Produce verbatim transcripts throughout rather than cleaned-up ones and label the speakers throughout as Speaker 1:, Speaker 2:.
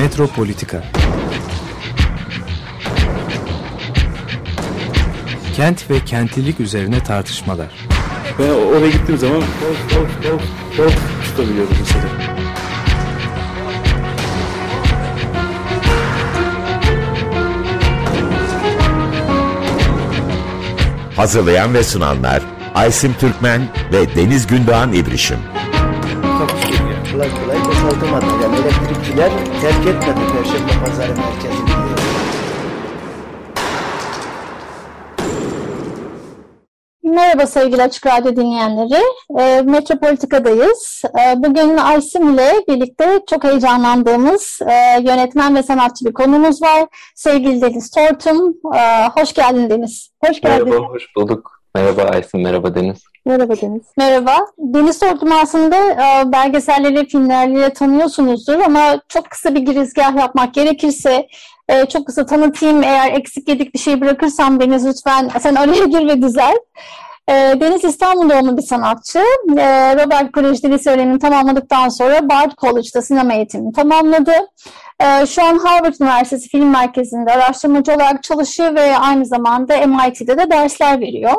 Speaker 1: Metropolitika. Kent ve kentlilik üzerine tartışmalar.
Speaker 2: Ben oraya gittiğim zaman of of of of tutabiliyorum mesela.
Speaker 3: Hazırlayan ve sunanlar Aysim Türkmen ve Deniz Gündoğan İbrişim.
Speaker 4: Takusuyor. Kolay kolay boşaltamadı. Yani elektrikçiler terk etmedi Perşembe Pazarı merkezini.
Speaker 5: Merhaba sevgili Açık Radyo dinleyenleri. E, Metropolitika'dayız. E, bugün Aysim ile birlikte çok heyecanlandığımız e, yönetmen ve sanatçı bir konumuz var. Sevgili Deniz Tortum. E, hoş geldin Deniz. Hoş geldin.
Speaker 6: Merhaba, hoş bulduk. Merhaba Aysim, merhaba Deniz.
Speaker 5: Merhaba Deniz. Merhaba. Deniz Tortum aslında e, belgeselleriyle, filmleriyle tanıyorsunuzdur ama çok kısa bir girizgah yapmak gerekirse e, çok kısa tanıtayım. Eğer eksik yedik bir şey bırakırsam Deniz lütfen sen araya gir ve düzelt. E, Deniz İstanbul doğumlu bir sanatçı. E, Robert Kolej'de lise öğrenimini tamamladıktan sonra Bard College'da sinema eğitimini tamamladı. E, şu an Harvard Üniversitesi Film Merkezi'nde araştırmacı olarak çalışıyor ve aynı zamanda M I T'de de dersler veriyor.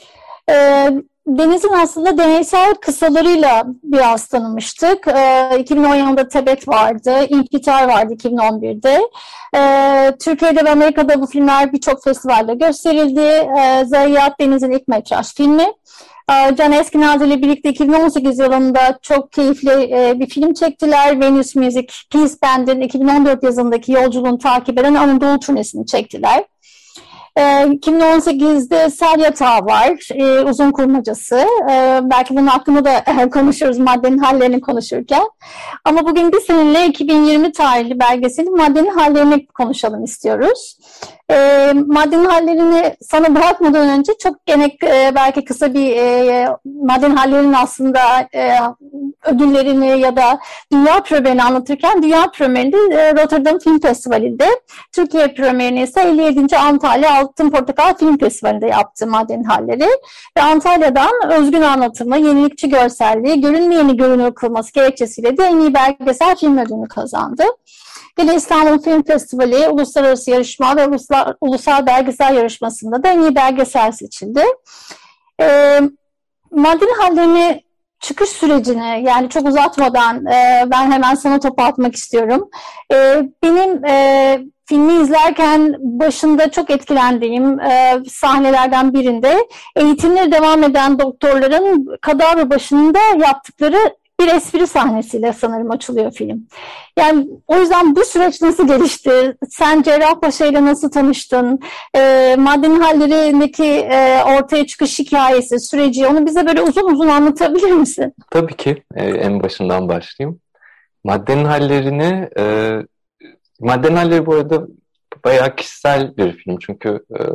Speaker 5: E, Deniz'in aslında deneysel kısalarıyla biraz tanımıştık. E, iki bin on yılında Tebet vardı, İnfitar vardı iki bin on birde. E, Türkiye'de ve Amerika'da bu filmler birçok festivalde gösterildi. E, Zayiat Deniz'in ilk metraj filmi. E, Can Eskinaz ile birlikte iki bin on sekiz yılında çok keyifli e, bir film çektiler. Venus Music Peace Band'in iki bin on dört yazındaki yolculuğunu takip eden Anadolu turnesini çektiler. iki bin on sekizde Sel Yatağı var, e, Uzun Kurmacası. E, belki bunun hakkında da e, konuşuruz, maddenin hallerini konuşurken. Ama bugün biz seninle iki bin yirmi tarihli belgeselin maddenin hallerini konuşalım istiyoruz. E, maddenin hallerini sana bırakmadan önce çok gene e, belki kısa bir e, maddenin hallerinin aslında e, ödüllerini ya da dünya premierini anlatırken dünya premierini e, Rotterdam Film Festivali'nde, Türkiye premierini ise elli yedinci Antalya Altın Portakal Film Festivali'nde yaptı maddenin halleri ve Antalya'dan özgün anlatımı, yenilikçi görselliği, görünmeyeni görünür kılması gerekçesiyle de en iyi belgesel film ödülünü kazandı. Yine İstanbul Film Festivali Uluslararası Yarışma ve Ulusal, Ulusal Belgesel Yarışması'nda da en iyi belgesel seçildi. E, maddenin hallerini çıkış sürecini yani çok uzatmadan e, ben hemen sana topu atmak istiyorum. E, benim e, filmi izlerken başında çok etkilendiğim e, sahnelerden birinde eğitimleri devam eden doktorların kadavra başında yaptıkları bir espri sahnesiyle sanırım açılıyor film. Yani o yüzden bu süreç nasıl gelişti? Sen Cerrahpaşa ile nasıl tanıştın? E, maddenin hallerindeki e, ortaya çıkış hikayesi, süreci onu bize böyle uzun uzun anlatabilir misin?
Speaker 6: Tabii ki. E, en başından başlayayım. Maddenin hallerini e, Maddenin halleri bu arada bayağı kişisel bir film. Çünkü e,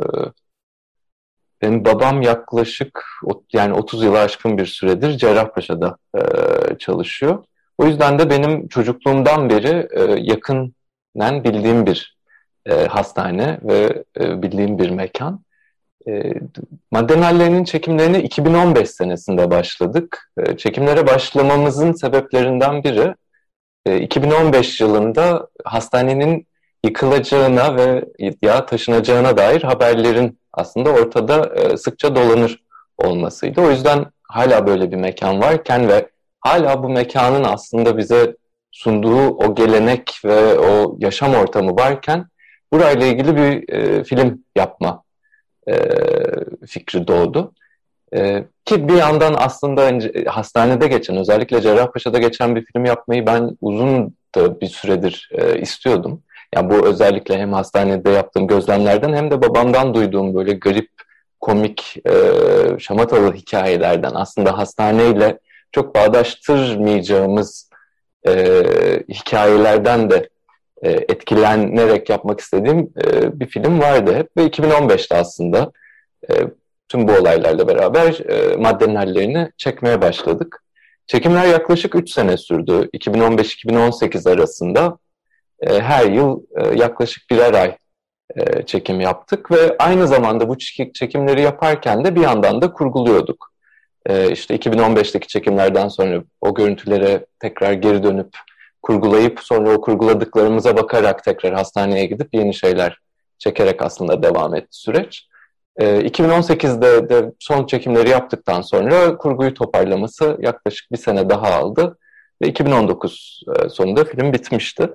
Speaker 6: benim babam yaklaşık yani otuz yılı aşkın bir süredir Cerrahpaşa'da e, çalışıyor. O yüzden de benim çocukluğumdan beri e, yakından bildiğim bir e, hastane ve e, bildiğim bir mekan. E, Maddenin hallerinin çekimlerine iki bin on beş senesinde başladık. E, çekimlere başlamamızın sebeplerinden biri e, iki bin on beş yılında hastanenin yıkılacağına ve ya taşınacağına dair haberlerin aslında ortada e, sıkça dolanır olmasıydı. O yüzden hala böyle bir mekan varken ve hala bu mekanın aslında bize sunduğu o gelenek ve o yaşam ortamı varken burayla ilgili bir e, film yapma e, fikri doğdu. E, ki bir yandan aslında önce, hastanede geçen, özellikle Cerrahpaşa'da geçen bir film yapmayı ben uzun da bir süredir e, istiyordum. Yani bu özellikle hem hastanede yaptığım gözlemlerden hem de babamdan duyduğum böyle garip, komik, e, şamatalı hikayelerden aslında hastaneyle çok bağdaştırmayacağımız e, hikayelerden de e, etkilenerek yapmak istediğim e, bir film vardı hep. Ve iki bin on beşte aslında e, tüm bu olaylarla beraber e, maddenin hallerini çekmeye başladık. Çekimler yaklaşık üç sene sürdü. iki bin on beş iki bin on sekiz arasında. Her yıl yaklaşık birer ay çekim yaptık ve aynı zamanda bu çekimleri yaparken de bir yandan da kurguluyorduk. İşte iki bin on beşteki çekimlerden sonra o görüntülere tekrar geri dönüp kurgulayıp sonra o kurguladıklarımıza bakarak tekrar hastaneye gidip yeni şeyler çekerek aslında devam etti süreç. E, iki bin on sekizde de son çekimleri yaptıktan sonra kurguyu toparlaması yaklaşık bir sene daha aldı ve iki bin on dokuz sonunda film bitmişti.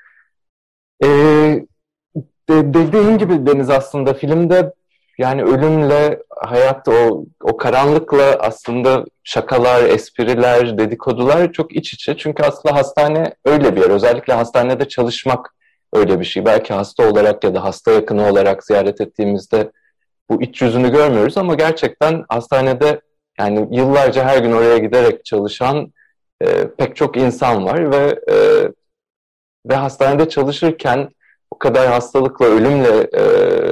Speaker 6: E, de, dediğin gibi Deniz, aslında filmde yani ölümle, hayatta o, o karanlıkla aslında şakalar, espriler, dedikodular çok iç içe. Çünkü aslında hastane öyle bir yer. Özellikle hastanede çalışmak öyle bir şey. Belki hasta olarak ya da hasta yakını olarak ziyaret ettiğimizde bu iç yüzünü görmüyoruz ama gerçekten hastanede yani yıllarca her gün oraya giderek çalışan e, pek çok insan var ve e, ve hastanede çalışırken o kadar hastalıkla, ölümle e,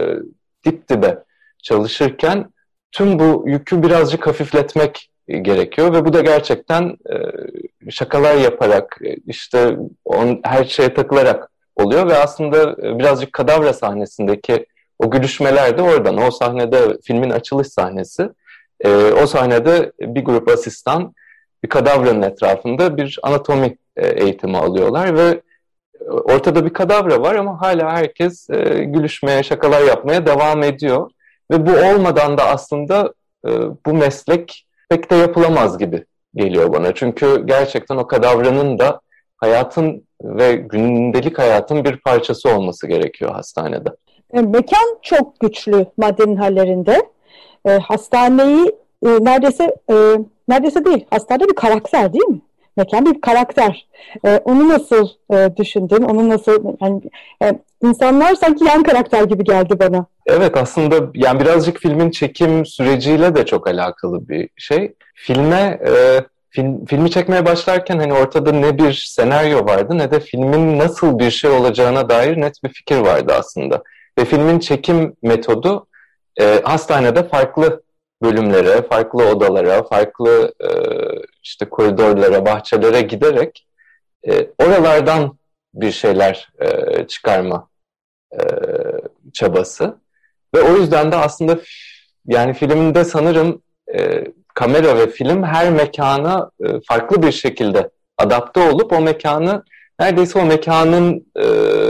Speaker 6: dip dibe çalışırken tüm bu yükü birazcık hafifletmek gerekiyor ve bu da gerçekten e, şakalar yaparak, işte on, her şeye takılarak oluyor ve aslında birazcık Kadavra sahnesindeki o gülüşmeler de oradan. O sahnede, filmin açılış sahnesi, e, o sahnede bir grup asistan bir kadavranın etrafında bir anatomi e, eğitimi alıyorlar ve ortada bir kadavra var ama hala herkes e, gülüşmeye, şakalar yapmaya devam ediyor. Ve bu olmadan da aslında e, bu meslek pek de yapılamaz gibi geliyor bana. Çünkü gerçekten o kadavranın da hayatın ve gündelik hayatın bir parçası olması gerekiyor hastanede.
Speaker 7: E, mekan çok güçlü maddenin hallerinde. E, hastaneyi e, neredeyse e, neredeyse değil, hastane bir karakter değil mi? Mekan bir karakter. E, onu nasıl e, düşündün? Onu nasıl, yani e, insanlar sanki yan karakter gibi geldi bana.
Speaker 6: Evet, aslında yani birazcık filmin çekim süreciyle de çok alakalı bir şey. Filme e, film, filmi çekmeye başlarken hani ortada ne bir senaryo vardı ne de filmin nasıl bir şey olacağına dair net bir fikir vardı aslında. Ve filmin çekim metodu e, hastanede farklı bölümlere, farklı odalara, farklı e, işte koridorlara, bahçelere giderek e, oralardan bir şeyler e, çıkarma e, çabası. Ve o yüzden de aslında yani filmde sanırım e, kamera ve film her mekana e, farklı bir şekilde adapte olup o mekanı neredeyse o mekanın e,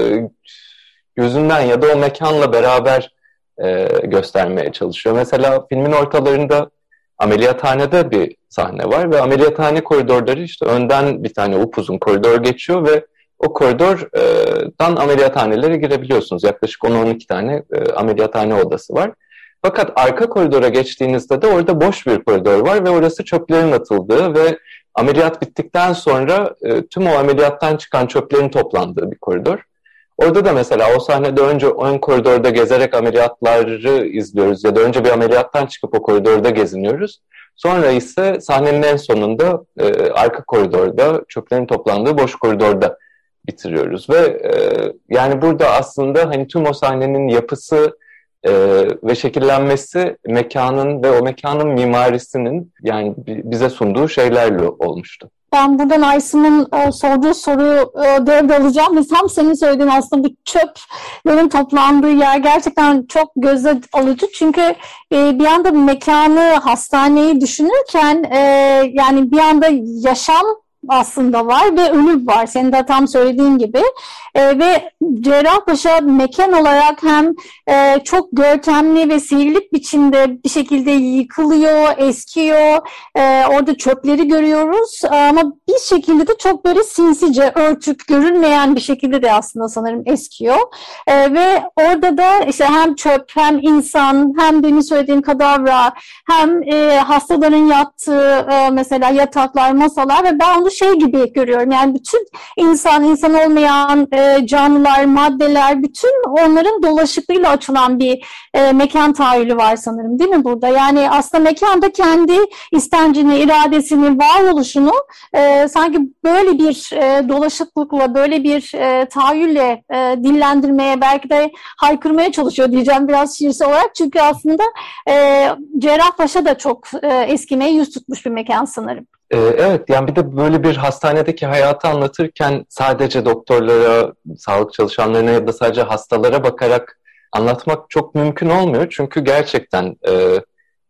Speaker 6: gözünden ya da o mekanla beraber e, göstermeye çalışıyor. Mesela filmin ortalarında ameliyathanede bir sahne var ve ameliyathane koridorları, işte önden bir tane upuzun koridor geçiyor ve o koridordan ameliyathanelere girebiliyorsunuz. Yaklaşık on on iki tane e, ameliyathane odası var. Fakat arka koridora geçtiğinizde de orada boş bir koridor var ve orası çöplerin atıldığı ve ameliyat bittikten sonra e, tüm o ameliyattan çıkan çöplerin toplandığı bir koridor. Orada da mesela o sahnede önce ön koridorda gezerek ameliyatları izliyoruz ya da önce bir ameliyattan çıkıp o koridorda geziniyoruz. Sonra ise sahnenin en sonunda e, arka koridorda, çöplerin toplandığı boş koridorda bitiriyoruz. Ve e, yani burada aslında hani tüm o sahnenin yapısı e, ve şekillenmesi mekanın ve o mekanın mimarisinin yani bize sunduğu şeylerle olmuştu.
Speaker 5: Ben buradan Aysim'in e, sorduğu soruyu e, devralacağım ve tam senin söylediğin aslında bir çöplerin toplandığı yer gerçekten çok göze alıcı. Çünkü e, bir anda mekanı, hastaneyi düşünürken e, yani bir anda yaşam aslında var ve ölüm var. Senin de tam söylediğin gibi. E, ve Cerrahpaşa mekan olarak hem e, çok görkemli ve sihirli biçimde bir şekilde yıkılıyor, eskiyor. E, orada çöpleri görüyoruz. Ama bir şekilde de çok böyle sinsice, örtük, görünmeyen bir şekilde de aslında sanırım eskiyor. E, ve orada da işte hem çöp, hem insan, hem demin söylediğim kadavra, hem e, hastaların yattığı e, mesela yataklar, masalar ve ben onu şey gibi görüyorum. Yani bütün insan, insan olmayan e, canlılar, maddeler, bütün onların dolaşıklığıyla açılan bir e, mekan tahayyülü var sanırım, değil mi burada? Yani aslında mekanda kendi istencini, iradesini, varoluşunu e, sanki böyle bir e, dolaşıklıkla, böyle bir e, tahayyülle e, dillendirmeye, belki de haykırmaya çalışıyor diyeceğim biraz şiirsel olarak. Çünkü aslında e, Cerrahpaşa da çok e, eskimeye yüz tutmuş bir mekan sanırım.
Speaker 6: Evet, yani bir de böyle bir hastanedeki hayatı anlatırken sadece doktorlara, sağlık çalışanlarına ya da sadece hastalara bakarak anlatmak çok mümkün olmuyor. Çünkü gerçekten e,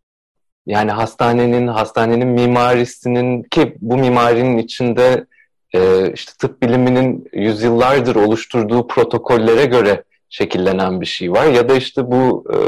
Speaker 6: yani hastanenin, hastanenin mimarisinin, ki bu mimarinin içinde e, işte tıp biliminin yüzyıllardır oluşturduğu protokollere göre şekillenen bir şey var. Ya da işte bu e,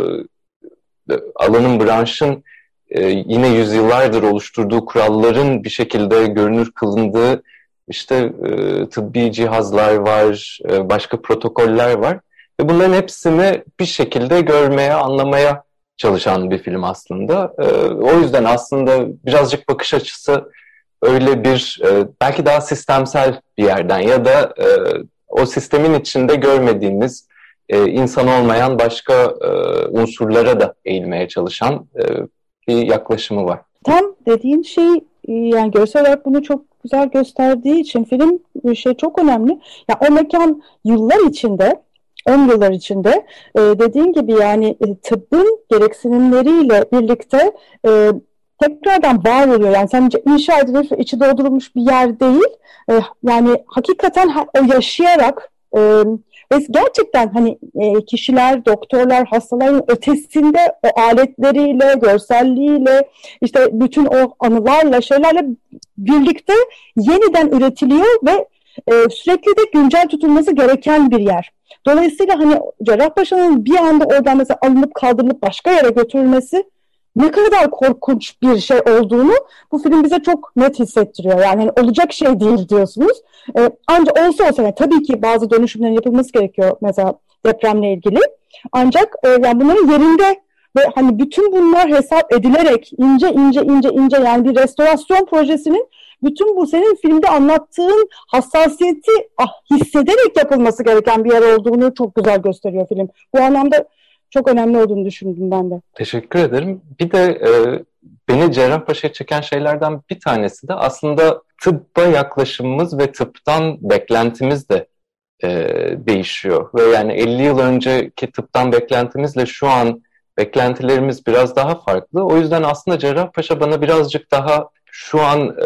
Speaker 6: alanın, branşın e, yine yüzyıllardır oluşturduğu kuralların bir şekilde görünür kılındığı işte e, tıbbi cihazlar var, e, başka protokoller var. Ve bunların hepsini bir şekilde görmeye, anlamaya çalışan bir film aslında. E, o yüzden aslında birazcık bakış açısı öyle bir, e, belki daha sistemsel bir yerden ya da e, o sistemin içinde görmediğimiz, e, insan olmayan başka e, unsurlara da eğilmeye çalışan e, bir yaklaşımı var.
Speaker 7: Tam dediğin şey, yani görsel olarak bunu çok güzel gösterdiği için film şey çok önemli. Ya o mekan yıllar içinde, on yıllar içinde e, dediğin gibi yani e, tıbbın gereksinimleriyle birlikte e, tekrardan var oluyor. Yani sadece inşa edilmiş ve içi doldurulmuş bir yer değil. E, yani hakikaten o yaşayarak e, ve gerçekten hani e, kişiler, doktorlar, hastaların ötesinde o aletleriyle, görselliğiyle, işte bütün o anılarla, şeylerle birlikte yeniden üretiliyor ve e, sürekli de güncel tutulması gereken bir yer. Dolayısıyla hani Cerrahpaşa'nın bir anda oradan mesela alınıp kaldırılıp başka yere götürülmesi ne kadar korkunç bir şey olduğunu bu film bize çok net hissettiriyor. Yani hani olacak şey değil diyorsunuz. Ee, ancak olsa olsa yani tabii ki bazı dönüşümlerin yapılması gerekiyor mesela depremle ilgili. Ancak e, yani bunların yerinde ve hani bütün bunlar hesap edilerek ince ince ince ince yani bir restorasyon projesinin bütün bu senin filmde anlattığın hassasiyeti ah, hissederek yapılması gereken bir yer olduğunu çok güzel gösteriyor film. Bu anlamda çok önemli olduğunu düşündüm ben de.
Speaker 6: Teşekkür ederim. Bir de e, beni Cerrahpaşa'ya çeken şeylerden bir tanesi de aslında tıbba yaklaşımımız ve tıptan beklentimiz de e, değişiyor. Ve yani elli yıl önceki tıptan beklentimizle şu an beklentilerimiz biraz daha farklı. O yüzden aslında Cerrahpaşa bana birazcık daha şu an e,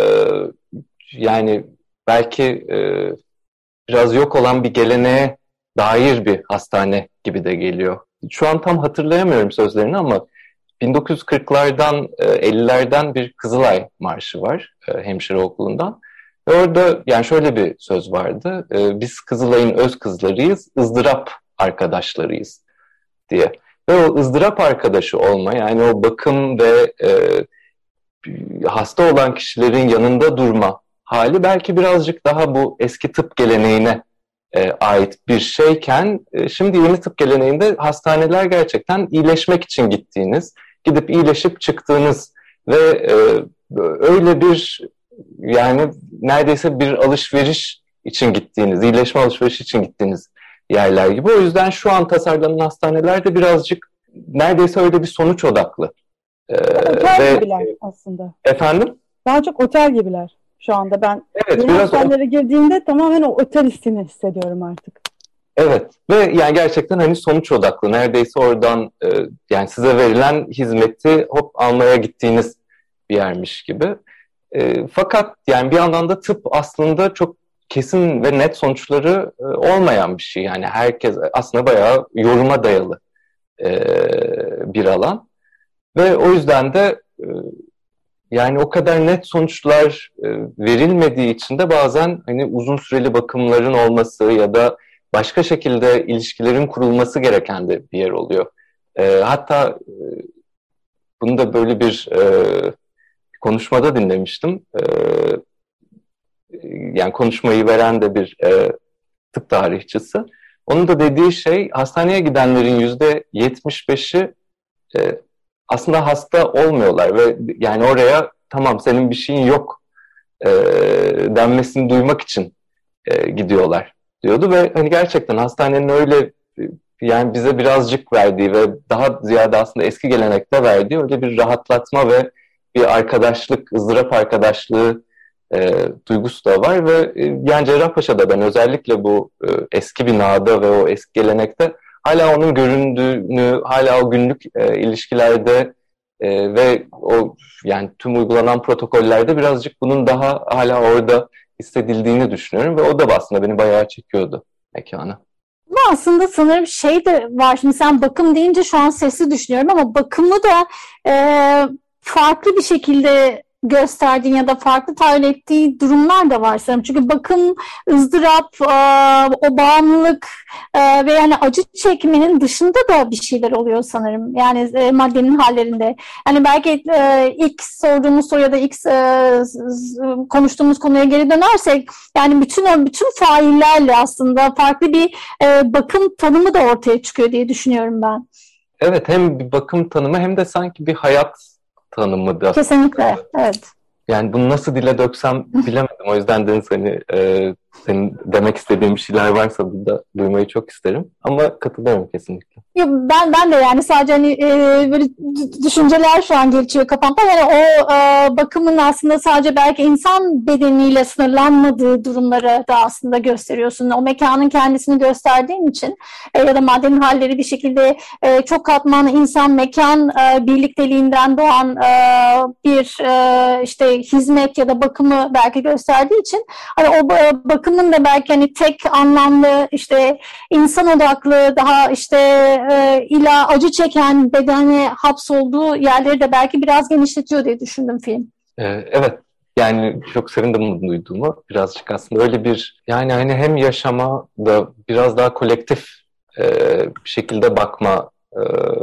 Speaker 6: yani belki e, biraz yok olan bir geleneğe dair bir hastane gibi de geliyor. Şu an tam hatırlayamıyorum sözlerini ama bin dokuz yüz kırklardan, ellilerden bir Kızılay Marşı var hemşire okulundan. Ve orada yani şöyle bir söz vardı. Biz Kızılay'ın öz kızlarıyız, ızdırap arkadaşlarıyız diye. Ve o ızdırap arkadaşı olma, yani o bakım ve e, hasta olan kişilerin yanında durma hali belki birazcık daha bu eski tıp geleneğine e, ait bir şeyken e, şimdi yeni tıp geleneğinde hastaneler gerçekten iyileşmek için gittiğiniz, gidip iyileşip çıktığınız ve e, öyle bir yani neredeyse bir alışveriş için gittiğiniz, iyileşme alışverişi için gittiğiniz yerler gibi. O yüzden şu an tasarlanan hastaneler de birazcık neredeyse öyle bir sonuç odaklı. Ee,
Speaker 7: otel
Speaker 6: ve,
Speaker 7: gibiler aslında. Efendim? Daha çok otel gibiler şu anda. Ben
Speaker 6: evet,
Speaker 7: yeni
Speaker 6: biraz
Speaker 7: hastanelere girdiğimde tamamen o otel hissini hissediyorum artık.
Speaker 6: Evet ve yani gerçekten hani sonuç odaklı. Neredeyse oradan e, yani size verilen hizmeti hop almaya gittiğiniz bir yermiş gibi. E, fakat yani bir yandan da tıp aslında çok kesin ve net sonuçları e, olmayan bir şey. Yani herkes aslında bayağı yoruma dayalı e, bir alan. Ve o yüzden de e, yani o kadar net sonuçlar e, verilmediği için de bazen hani uzun süreli bakımların olması ya da başka şekilde ilişkilerin kurulması gereken de bir yer oluyor. E, hatta e, bunu da böyle bir e, konuşmada dinlemiştim. E, yani konuşmayı veren de bir e, tıp tarihçisi. Onun da dediği şey hastaneye gidenlerin yüzde yetmiş beşi e, aslında hasta olmuyorlar ve yani oraya tamam senin bir şeyin yok e, denmesini duymak için e, gidiyorlar diyordu ve hani gerçekten hastanenin öyle yani bize birazcık verdiği ve daha ziyade aslında eski gelenekte verdiği öyle bir rahatlatma ve bir arkadaşlık, ızdırap arkadaşlığı e, duygusu da var ve e, yani Cerrahpaşa'da ben özellikle bu e, eski binada ve o eski gelenekte hala onun göründüğünü, hala o günlük e, ilişkilerde e, ve o yani tüm uygulanan protokollerde birazcık bunun daha hala orada hissedildiğini düşünüyorum ve o da aslında beni bayağı çekiyordu mekana.
Speaker 5: Ama aslında sanırım şey de var. Şimdi sen bakım deyince şu an sesli düşünüyorum ama bakımı da e, farklı bir şekilde gösterdiğin ya da farklı tahayyül ettiği durumlar da var sanırım. Çünkü bakım, ızdırap, o bağımlılık ve yani acı çekmenin dışında da bir şeyler oluyor sanırım. Yani maddenin hallerinde. Yani belki ilk sorduğumuz soru ya da ilk konuştuğumuz konuya geri dönersek yani bütün o bütün faillerle aslında farklı bir bakım tanımı da ortaya çıkıyor diye düşünüyorum ben.
Speaker 6: Evet, hem bir bakım tanımı hem de sanki bir hayat tanımı da.
Speaker 5: Kesinlikle, evet.
Speaker 6: Yani bunu nasıl dile döksem bilemedim. O yüzden Deniz hani e, senin demek istediğin bir şeyler varsa burada duymayı çok isterim. Ama katılıyorum kesinlikle.
Speaker 5: Yok, ben ben de yani sadece hani e, böyle düşünceler şu an geçiyor kafamda. Yani o e, bakımın aslında sadece belki insan bedeniyle sınırlanmadığı durumları da aslında gösteriyorsun. O mekanın kendisini gösterdiğin için e, ya da maddenin halleri bir şekilde e, çok katmanlı insan mekan e, birlikteliğinden doğan e, bir e, işte hizmet ya da bakımı belki gösterdiği için hani o bakımın da belki hani tek anlamlı işte insan odaklı daha işte e, ila acı çeken bedene hapsolduğu yerleri de belki biraz genişletiyor diye düşündüm film.
Speaker 6: Ee, evet. Yani çok sevindim bunu duyduğumu. Birazcık aslında öyle bir yani hani hem yaşama da biraz daha kolektif e, bir şekilde bakma e,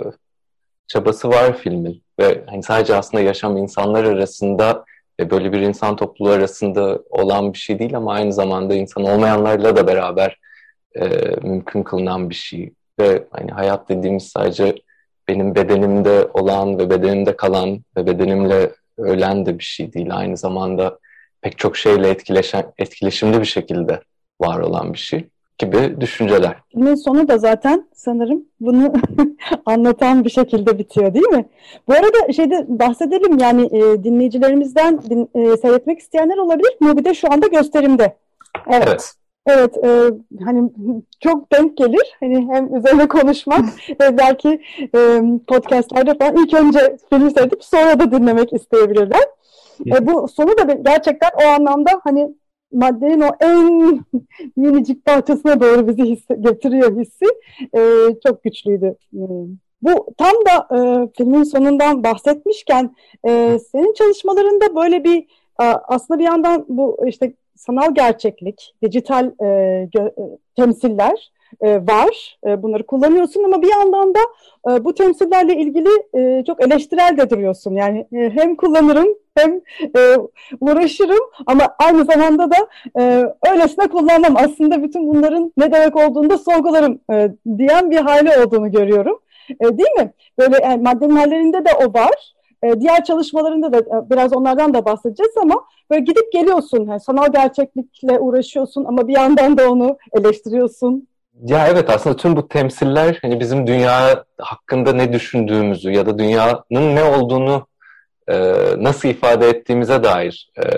Speaker 6: çabası var filmin. Ve hani sadece aslında yaşam insanlar arasında ve böyle bir insan topluluğu arasında olan bir şey değil ama aynı zamanda insan olmayanlarla da beraber e, mümkün kılınan bir şey. Ve hani hayat dediğimiz sadece benim bedenimde olan ve bedenimde kalan ve bedenimle ölen de bir şey değil. Aynı zamanda pek çok şeyle etkileşen, etkileşimli bir şekilde var olan bir şey gibi düşünceler.
Speaker 7: Filmin sonu da zaten sanırım bunu anlatan bir şekilde bitiyor değil mi? Bu arada şeyde bahsedelim yani e, dinleyicilerimizden din, e, seyretmek isteyenler olabilir. Mubi'de şu anda gösterimde. Evet. Evet. Evet, e, hani çok denk gelir. Hani hem üzerine konuşmak ve belki e, podcastlerde falan ilk önce filmi seyredip sonra da dinlemek isteyebilirler. E, bu sonu da gerçekten o anlamda hani maddenin o en minicik parçasına doğru bizi hisse, getiriyor hissi. E, çok güçlüydü. E, bu tam da e, filmin sonundan bahsetmişken e, senin çalışmalarında böyle bir aslında bir yandan bu işte sanal gerçeklik, dijital e, gö- temsiller e, var. E, bunları kullanıyorsun ama bir yandan da e, bu temsillerle ilgili e, çok eleştirel de duruyorsun. Yani e, hem kullanırım hem e, uğraşırım ama aynı zamanda da e, öylesine kullanmam. Aslında bütün bunların ne demek olduğunu da sorgularım e, diyen bir hali olduğunu görüyorum. E, değil mi? Böyle yani maddenin hallerinde de o var. Diğer çalışmalarında da biraz onlardan da bahsedeceğiz ama böyle gidip geliyorsun. Yani sanal gerçeklikle uğraşıyorsun ama bir yandan da onu eleştiriyorsun.
Speaker 6: Ya evet, aslında tüm bu temsiller hani bizim dünya hakkında ne düşündüğümüzü ya da dünyanın ne olduğunu e, nasıl ifade ettiğimize dair e,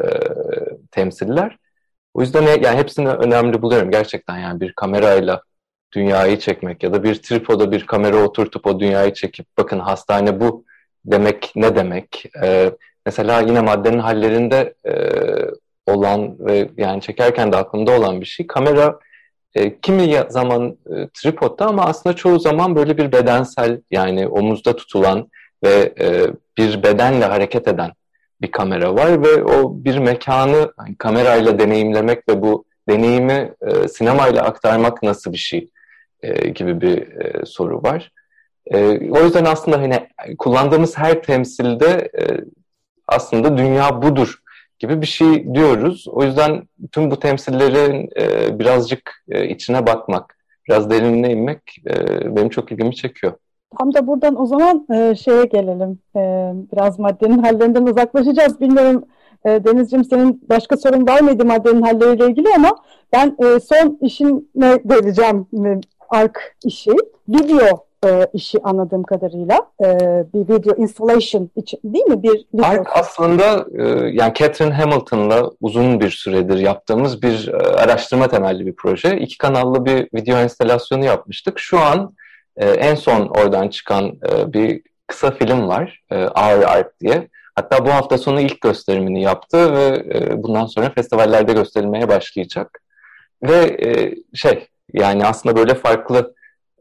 Speaker 6: temsiller. O yüzden yani hepsini önemli buluyorum gerçekten. Yani bir kamerayla dünyayı çekmek ya da bir tripoda bir kamera oturtup o dünyayı çekip bakın hastane bu demek ne demek? Ee, mesela yine maddenin hallerinde e, olan ve yani çekerken de aklımda olan bir şey. Kamera e, kimi zaman e, tripodda ama aslında çoğu zaman böyle bir bedensel yani omuzda tutulan ve e, bir bedenle hareket eden bir kamera var ve o bir mekanı yani kamerayla deneyimlemek ve bu deneyimi e, sinemayla aktarmak nasıl bir şey e, gibi bir e, soru var. Ee, o yüzden aslında hani kullandığımız her temsilde e, aslında dünya budur gibi bir şey diyoruz. O yüzden tüm bu temsillerin e, birazcık e, içine bakmak, biraz derinine inmek e, benim çok ilgimi çekiyor.
Speaker 7: Tam da buradan o zaman e, şeye gelelim. E, biraz maddenin hallerinden uzaklaşacağız. Bilmiyorum e, Denizciğim senin başka sorun var mıydı maddenin halleriyle ilgili ama ben e, son işine geleceğim. E, ARK işi. Video E, işi anladığım kadarıyla e, bir video installation için değil mi? Bir
Speaker 6: ARK aslında e, yani Catherine Hamilton'la uzun bir süredir yaptığımız bir e, araştırma temelli bir proje. İki kanallı bir video instalasyonu yapmıştık. Şu an e, en son oradan çıkan e, bir kısa film var. E, Our ARK diye. Hatta bu hafta sonu ilk gösterimini yaptı ve e, bundan sonra festivallerde gösterilmeye başlayacak. Ve e, şey yani aslında böyle farklı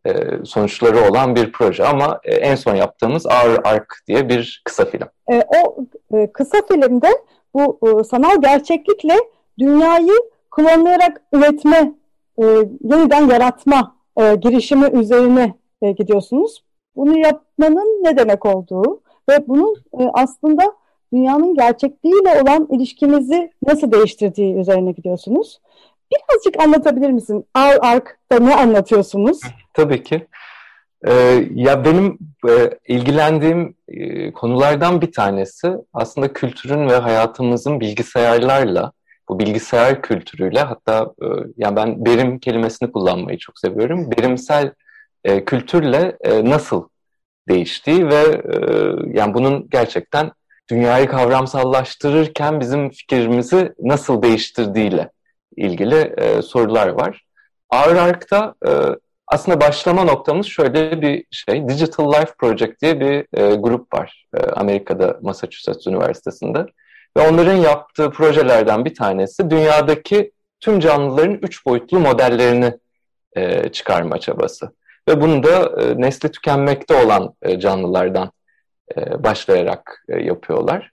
Speaker 6: e, sonuçları olan bir proje. Ama e, en son yaptığımız Our Ark diye bir kısa film.
Speaker 7: E, o e, kısa filmde bu e, sanal gerçeklikle dünyayı klonlayarak üretme, e, yeniden yaratma e, girişimi üzerine e, gidiyorsunuz. Bunu yapmanın ne demek olduğu ve bunun e, aslında dünyanın gerçekliğiyle olan ilişkimizi nasıl değiştirdiği üzerine gidiyorsunuz. Birazcık anlatabilir misin? Our Ark'ta ne anlatıyorsunuz?
Speaker 6: Tabii ki. Ee, ya benim e, ilgilendiğim e, konulardan bir tanesi aslında kültürün ve hayatımızın bilgisayarlarla, bu bilgisayar kültürüyle, hatta e, yani ben berim kelimesini kullanmayı çok seviyorum. Berimsel e, kültürle e, nasıl değiştiği ve e, yani bunun gerçekten dünyayı kavramsallaştırırken bizim fikrimizi nasıl değiştirdiğiyle ilgili e, sorular var. Our Ark'ta e, aslında başlama noktamız şöyle bir şey. Digital Life Project diye bir e, grup var e, Amerika'da, Massachusetts Üniversitesi'nde. Ve onların yaptığı projelerden bir tanesi dünyadaki tüm canlıların üç boyutlu modellerini e, çıkarma çabası. Ve bunu da e, nesli tükenmekte olan e, canlılardan e, başlayarak e, yapıyorlar.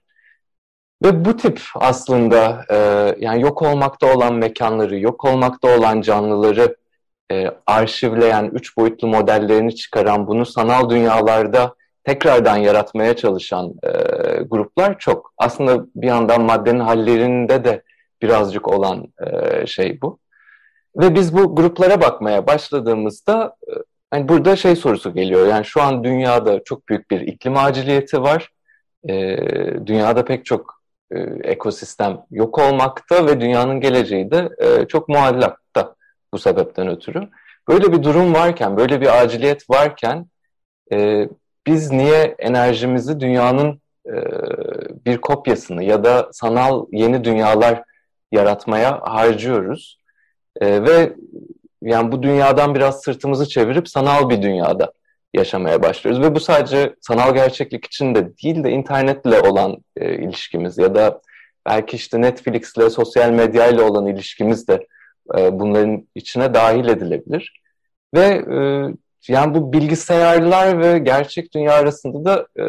Speaker 6: Ve bu tip aslında e, yani yok olmakta olan mekanları, yok olmakta olan canlıları e, arşivleyen, üç boyutlu modellerini çıkaran, bunu sanal dünyalarda tekrardan yaratmaya çalışan e, gruplar çok. Aslında bir yandan maddenin hallerinde de birazcık olan e, şey bu. Ve biz bu gruplara bakmaya başladığımızda e, yani burada şey sorusu geliyor. Yani şu an dünyada çok büyük bir iklim aciliyeti var. E, dünyada pek çok e, ekosistem yok olmakta ve dünyanın geleceği de e, çok muallakta bu sebepten ötürü. Böyle bir durum varken, böyle bir aciliyet varken e, biz niye enerjimizi dünyanın e, bir kopyasını ya da sanal yeni dünyalar yaratmaya harcıyoruz? E, ve yani bu dünyadan biraz sırtımızı çevirip sanal bir dünyada yaşamaya başlıyoruz. Ve bu sadece sanal gerçeklik için de değil de internetle olan e, ilişkimiz ya da belki işte Netflix'le, sosyal medyayla olan ilişkimiz de e, bunların içine dahil edilebilir. Ve e, yani bu bilgisayarlar ve gerçek dünya arasında da e,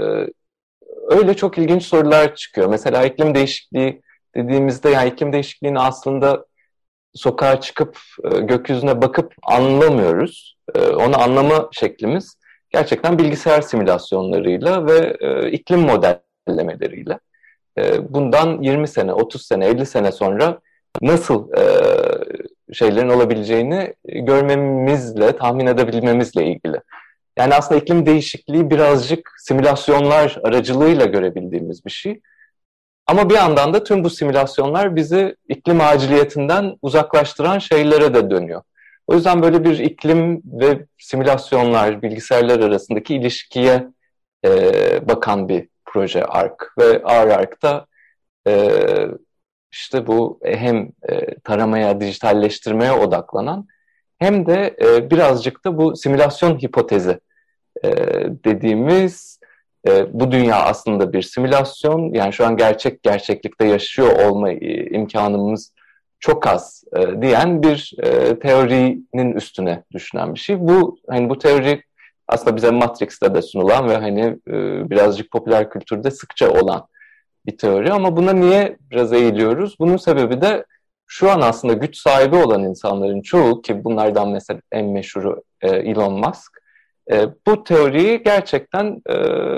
Speaker 6: öyle çok ilginç sorular çıkıyor. Mesela iklim değişikliği dediğimizde, yani iklim değişikliğini aslında sokağa çıkıp e, gökyüzüne bakıp anlamıyoruz. E, onu anlama şeklimiz gerçekten bilgisayar simülasyonlarıyla ve e, iklim modellemeleriyle. E, bundan yirmi sene, otuz sene, elli sene sonra nasıl e, şeylerin olabileceğini görmemizle, tahmin edebilmemizle ilgili. Yani aslında iklim değişikliği birazcık simülasyonlar aracılığıyla görebildiğimiz bir şey. Ama bir yandan da tüm bu simülasyonlar bizi iklim aciliyetinden uzaklaştıran şeylere de dönüyor. O yüzden böyle bir iklim ve simülasyonlar, bilgisayarlar arasındaki ilişkiye e, bakan bir proje Ark. Ve Our Ark'ta e, işte bu hem e, taramaya, dijitalleştirmeye odaklanan hem de e, birazcık da bu simülasyon hipotezi e, dediğimiz e, bu dünya aslında bir simülasyon. Yani şu an gerçek gerçeklikte yaşıyor olma e, imkanımız çok az e, diyen bir e, teorinin üstüne düşünen bir şey. Bu hani bu teori aslında bize Matrix'te de sunulan ve hani e, birazcık popüler kültürde sıkça olan bir teori. Ama buna niye biraz eğiliyoruz? Bunun sebebi de şu an aslında güç sahibi olan insanların çoğu, ki bunlardan mesela en meşhuru e, Elon Musk, e, bu teoriyi gerçekten e,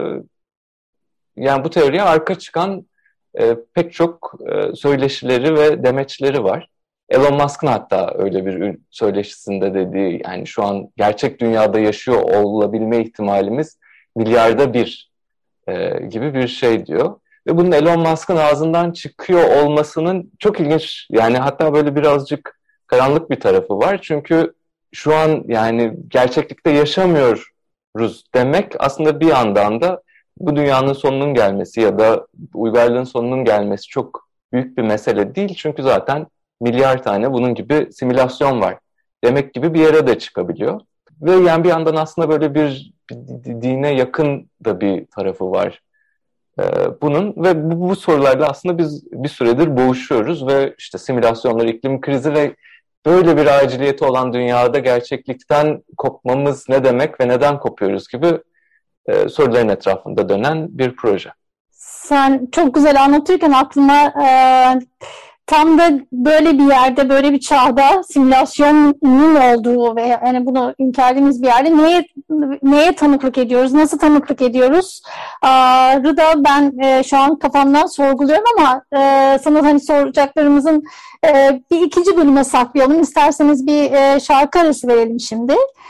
Speaker 6: yani bu teoriye arka çıkan e, pek çok e, söyleşileri ve demeçleri var. Elon Musk'ın hatta öyle bir söyleşisinde dediği, yani şu an gerçek dünyada yaşıyor olabilme ihtimalimiz milyarda bir e, gibi bir şey diyor. Ve bunun Elon Musk'ın ağzından çıkıyor olmasının çok ilginç, yani hatta böyle birazcık karanlık bir tarafı var. Çünkü şu an yani gerçeklikte yaşamıyoruz demek aslında bir yandan da bu dünyanın sonunun gelmesi ya da uygarlığın sonunun gelmesi çok büyük bir mesele değil. Çünkü zaten milyar tane bunun gibi simülasyon var demek gibi bir yere de çıkabiliyor. Ve yani bir yandan aslında böyle bir, bir dine yakın da bir tarafı var ee, bunun ve bu, bu sorularla aslında biz bir süredir boğuşuyoruz ve işte simülasyonlar, iklim krizi ve böyle bir aciliyeti olan dünyada gerçeklikten kopmamız ne demek ve neden kopuyoruz gibi e, soruların etrafında dönen bir proje.
Speaker 5: Sen çok güzel anlatırken aklıma e, tam da böyle bir yerde, böyle bir çağda simülasyonun olduğu ve yani bunu inkar ettiğimiz bir yerde neye, neye tanıklık ediyoruz, nasıl tanıklık ediyoruz? Rıda ben e, şu an kafamdan sorguluyorum ama e, sana hani soracaklarımızın e, bir ikinci bölüme saklayalım. İsterseniz bir e, şarkı arası verelim şimdi.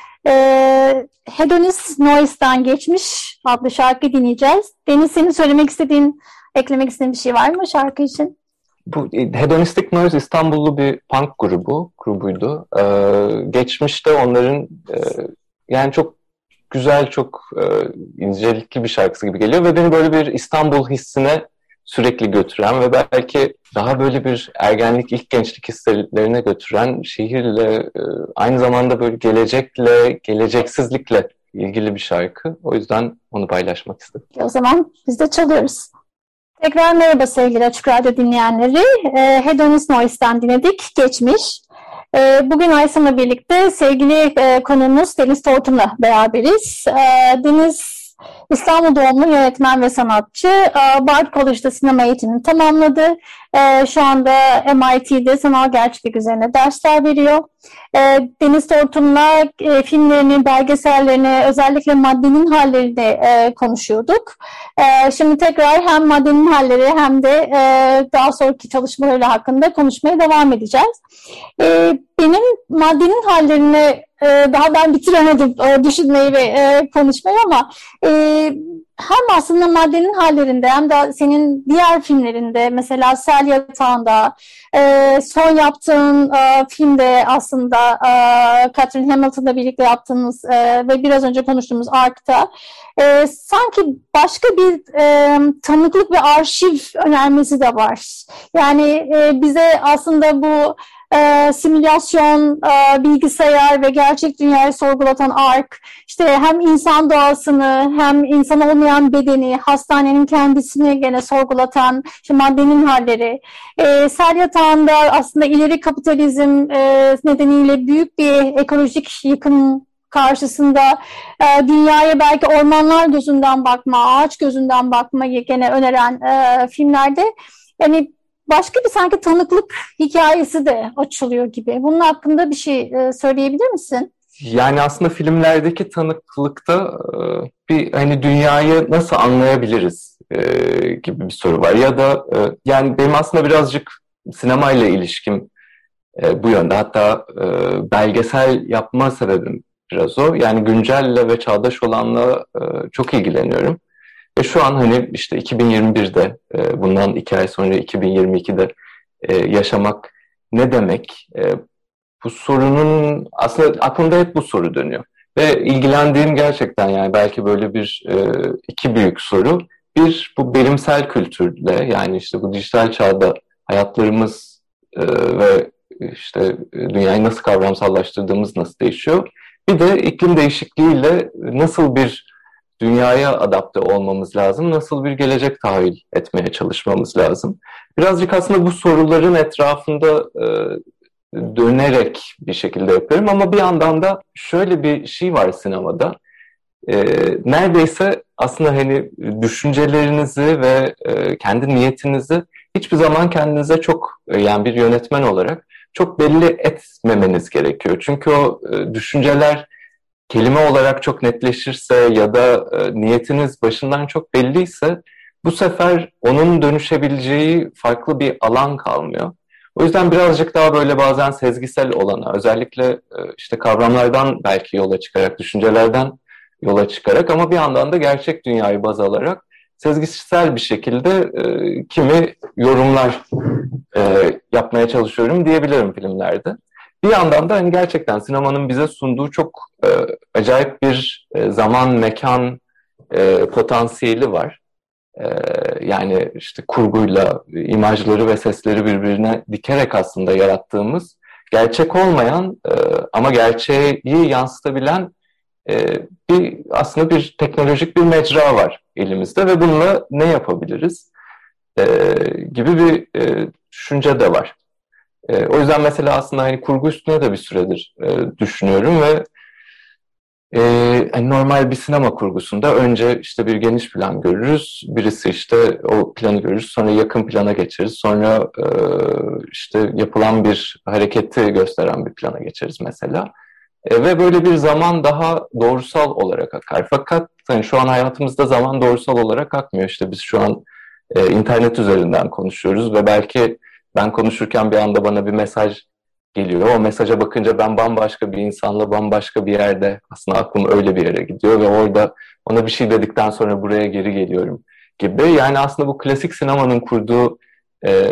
Speaker 5: E, Hedonist Noise'dan Geçmiş adlı şarkı dinleyeceğiz. Deniz, senin söylemek istediğin, eklemek istediğin bir şey var mı şarkı için?
Speaker 6: Bu Hedonistic Noise İstanbullu bir punk grubu, grubuydu. Ee, geçmişte onların e, yani çok güzel, çok e, incelikli bir şarkısı gibi geliyor ve beni böyle bir İstanbul hissine sürekli götüren ve belki daha böyle bir ergenlik, ilk gençlik hislerine götüren, şehirle, e, aynı zamanda böyle gelecekle, geleceksizlikle ilgili bir şarkı. O yüzden onu paylaşmak istedim.
Speaker 5: O zaman biz de çalıyoruz. Tekrar merhaba sevgili Açık Radyo dinleyenleri. E, Hedonist Noise'den dinledik, Geçmiş. E, bugün Aysan'la birlikte sevgili e, konuğumuz Deniz Tortum'la beraberiz. E, Deniz İstanbul doğumlu yönetmen ve sanatçı. E, Bard College'da sinema eğitimini tamamladı. E, şu anda M I T'de sanal gerçeklik üzerine dersler veriyor. E, Deniz Tortum'la e, filmlerini, belgesellerini, özellikle Maddenin Hallerini e, konuşuyorduk. E, şimdi tekrar hem Maddenin Halleri hem de e, daha sonraki çalışmaları hakkında konuşmaya devam edeceğiz. E, benim Maddenin Hallerini e, daha ben bitiremedim e, düşünmeyi ve e, konuşmayı ama e, hem aslında Maddenin Hallerinde hem de senin diğer filmlerinde, mesela Sel Yatağı'nda, e, son yaptığın e, filmde aslında e, Catherine Hamilton'la birlikte yaptığımız e, ve biraz önce konuştuğumuz Ark'ta e, sanki başka bir e, tanıklık ve arşiv önermesi de var. Yani e, bize aslında bu E, simülasyon, e, bilgisayar ve gerçek dünyayı sorgulatan Ark, işte hem insan doğasını hem insan olmayan bedeni, hastanenin kendisini gene sorgulatan işte Maddenin Halleri. E, Sel Yatağı'nda aslında ileri kapitalizm e, nedeniyle büyük bir ekolojik yıkım karşısında e, dünyaya belki ormanlar gözünden bakma, ağaç gözünden bakmayı gene öneren e, filmlerde yani başka bir sanki tanıklık hikayesi de açılıyor gibi. Bunun hakkında bir şey söyleyebilir misin?
Speaker 6: Yani aslında filmlerdeki tanıklıkta bir hani dünyayı nasıl anlayabiliriz gibi bir soru var. Ya da yani benim aslında birazcık sinemayla ilişkim bu yönde. Hatta belgesel yapma sebebim biraz o. Yani güncelle ve çağdaş olanla çok ilgileniyorum. Ve şu an hani işte iki bin yirmi birde, bundan iki ay sonra iki bin yirmi ikide yaşamak ne demek? Bu sorunun aslında aklımda hep bu soru dönüyor. Ve ilgilendiğim gerçekten yani belki böyle bir iki büyük soru. Bir, bu bilimsel kültürle, yani işte bu dijital çağda hayatlarımız ve işte dünyayı nasıl kavramsallaştırdığımız nasıl değişiyor? Bir de iklim değişikliğiyle nasıl bir dünyaya adapte olmamız lazım, nasıl bir gelecek tahayyül etmeye çalışmamız lazım. Birazcık aslında bu soruların etrafında e, dönerek bir şekilde yapıyorum ama bir yandan da şöyle bir şey var sinemada. E, neredeyse aslında hani düşüncelerinizi ve e, kendi niyetinizi hiçbir zaman kendinize çok, e, yani bir yönetmen olarak çok belli etmemeniz gerekiyor. Çünkü o e, düşünceler kelime olarak çok netleşirse ya da e, niyetiniz başından çok belliyse bu sefer onun dönüşebileceği farklı bir alan kalmıyor. O yüzden birazcık daha böyle bazen sezgisel olana, özellikle e, işte kavramlardan belki yola çıkarak, düşüncelerden yola çıkarak ama bir yandan da gerçek dünyayı baz alarak sezgisel bir şekilde e, kimi yorumlar e, yapmaya çalışıyorum diyebilirim filmlerde. Bir yandan da hani gerçekten sinemanın bize sunduğu çok e, acayip bir e, zaman, mekan e, potansiyeli var. E, yani işte kurguyla imajları ve sesleri birbirine dikerek aslında yarattığımız gerçek olmayan e, ama gerçeği yansıtabilen e, bir aslında bir teknolojik bir mecra var elimizde ve bununla ne yapabiliriz e, gibi bir e, düşünce de var. E, o yüzden mesela aslında hani kurgu üstüne de bir süredir e, düşünüyorum ve e, yani normal bir sinema kurgusunda önce işte bir geniş plan görürüz. Birisi işte o planı görürüz. Sonra yakın plana geçeriz. Sonra e, işte yapılan bir hareketi gösteren bir plana geçeriz mesela. E, ve böyle bir zaman daha doğrusal olarak akar. Fakat yani şu an hayatımızda zaman doğrusal olarak akmıyor. İşte biz şu an e, internet üzerinden konuşuyoruz ve belki ben konuşurken bir anda bana bir mesaj geliyor. O mesaja bakınca ben bambaşka bir insanla bambaşka bir yerde, aslında aklım öyle bir yere gidiyor ve orada ona bir şey dedikten sonra buraya geri geliyorum gibi. Yani aslında bu klasik sinemanın kurduğu e,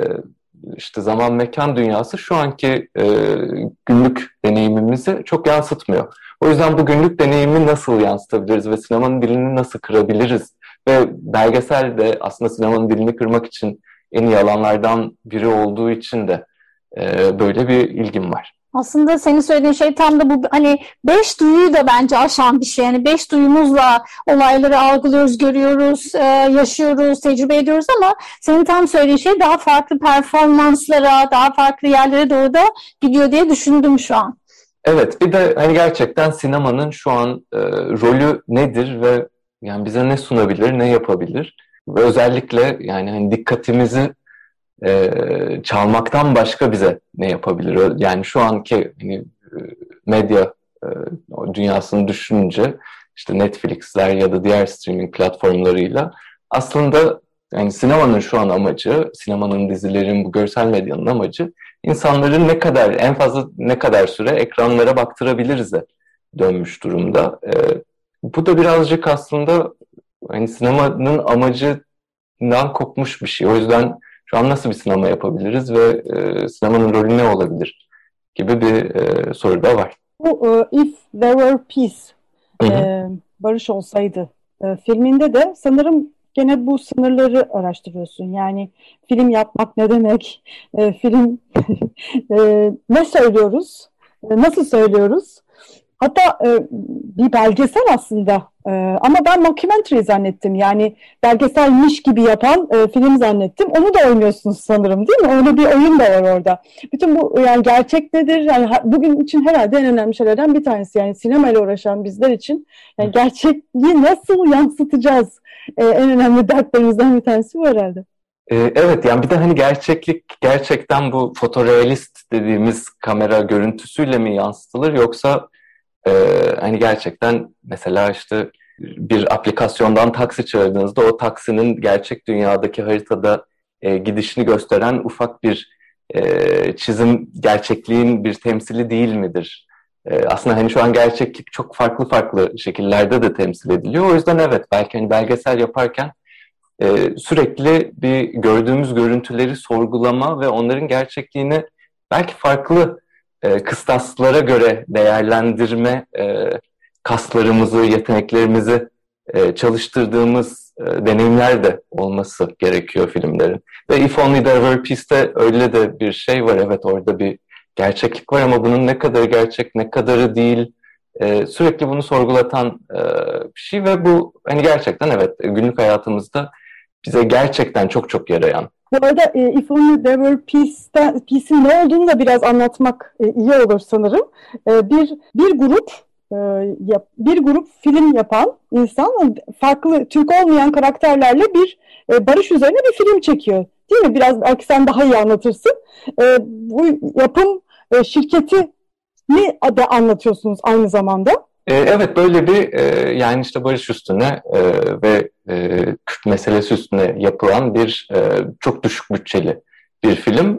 Speaker 6: işte zaman mekan dünyası şu anki e, günlük deneyimimizi çok yansıtmıyor. O yüzden bu günlük deneyimi nasıl yansıtabiliriz ve sinemanın dilini nasıl kırabiliriz? Ve belgesel de aslında sinemanın dilini kırmak için en iyi alanlardan biri olduğu için de e, böyle bir ilgim var.
Speaker 5: Aslında senin söylediğin şey tam da bu, hani beş duyuyu da bence aşan bir şey. Yani beş duyumuzla olayları algılıyoruz, görüyoruz, e, yaşıyoruz, tecrübe ediyoruz ama senin tam söylediğin şey daha farklı performanslara, daha farklı yerlere doğru da gidiyor diye düşündüm şu an.
Speaker 6: Evet, bir de hani gerçekten sinemanın şu an e, rolü nedir ve yani bize ne sunabilir, ne yapabilir? Ve özellikle yani hani dikkatimizi e, çalmaktan başka bize ne yapabilir? Yani şu anki hani, medya e, dünyasını düşününce işte Netflix'ler ya da diğer streaming platformlarıyla aslında yani sinemanın şu an amacı, sinemanın, dizilerin, bu görsel medyanın amacı insanları ne kadar, en fazla ne kadar süre ekranlara baktırabiliriz de dönmüş durumda. E, bu da birazcık aslında hani sinemanın amacından kopmuş bir şey. O yüzden şu an nasıl bir sinema yapabiliriz ve e, sinemanın rolü ne olabilir gibi bir e, soru da var.
Speaker 7: Bu uh, If There Were Peace, e, barış olsaydı e, filminde de sanırım gene bu sınırları araştırıyorsun. Yani film yapmak ne demek, e, film e, ne söylüyoruz, e, nasıl söylüyoruz? Hatta e, bir belgesel aslında e, ama ben mockumentary zannettim. Yani belgeselmiş gibi yapan e, film zannettim. Onu da oynuyorsunuz sanırım, değil mi? Öyle bir oyun da var orada. Bütün bu yani gerçek nedir? Yani bugün için herhalde en önemli şeylerden bir tanesi. Yani sinemayla uğraşan bizler için yani gerçekliği nasıl yansıtacağız? E, en önemli dertlerimizden bir tanesi bu herhalde.
Speaker 6: Evet, yani bir de hani gerçeklik gerçekten bu fotorealist dediğimiz kamera görüntüsüyle mi yansıtılır, yoksa Ee, hani gerçekten mesela işte bir aplikasyondan taksi çağırdığınızda o taksinin gerçek dünyadaki haritada e, gidişini gösteren ufak bir e, çizim gerçekliğin bir temsili değil midir? E, aslında hani şu an gerçeklik çok farklı farklı şekillerde de temsil ediliyor. O yüzden evet, belki hani belgesel yaparken e, sürekli bir gördüğümüz görüntüleri sorgulama ve onların gerçekliğini belki farklı E, kıstaslara göre değerlendirme e, kaslarımızı, yeteneklerimizi e, çalıştırdığımız e, deneyimler de olması gerekiyor filmlerin. Ve If Only There Were Peace'te öyle de bir şey var. Evet, orada bir gerçeklik var ama bunun ne kadarı gerçek, ne kadarı değil, e, sürekli bunu sorgulatan e, bir şey ve bu hani gerçekten evet günlük hayatımızda bize gerçekten çok çok yarayan.
Speaker 7: Bu arada e, If Only There Were Peace'ten, Peace'in ne olduğunu da biraz anlatmak e, iyi olur sanırım. E, bir bir grup e, yap, bir grup film yapan insan farklı Türk olmayan karakterlerle bir e, barış üzerine bir film çekiyor. Değil mi? Biraz belki sen daha iyi anlatırsın. E, bu yapım e, şirketini de anlatıyorsunuz aynı zamanda.
Speaker 6: Evet, böyle bir yani işte barış üstüne ve Kürt meselesi üstüne yapılan bir çok düşük bütçeli bir film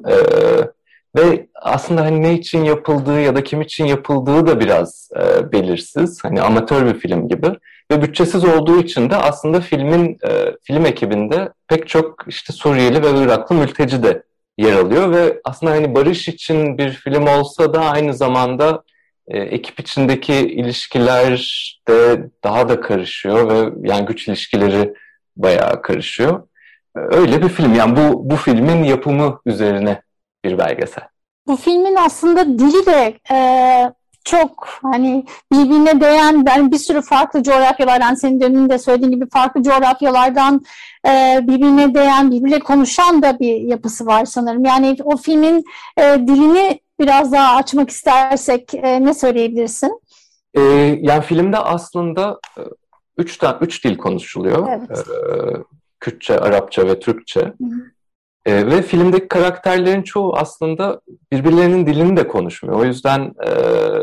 Speaker 6: ve aslında hani ne için yapıldığı ya da kim için yapıldığı da biraz belirsiz, hani amatör bir film gibi ve bütçesiz olduğu için de aslında filmin film ekibinde pek çok işte Suriyeli ve Iraklı mülteci de yer alıyor ve aslında hani barış için bir film olsa da aynı zamanda E, ekip içindeki ilişkiler de daha da karışıyor ve yani güç ilişkileri bayağı karışıyor. E, öyle bir film. Yani bu bu filmin yapımı üzerine bir belgesel.
Speaker 5: Bu filmin aslında dili de e, çok hani birbirine değen, ben bir sürü farklı coğrafyalardan, senin demin de söylediğin gibi farklı coğrafyalardan e, birbirine değen, birbirle konuşan da bir yapısı var sanırım. Yani o filmin e, dilini biraz daha açmak istersek e, ne söyleyebilirsin?
Speaker 6: E, yani filmde aslında e, üç, tane, üç dil konuşuluyor.
Speaker 5: Evet.
Speaker 6: E, Kürtçe, Arapça ve Türkçe.
Speaker 5: Hı hı.
Speaker 6: E, ve filmdeki karakterlerin çoğu aslında birbirlerinin dilini de konuşmuyor. O yüzden e,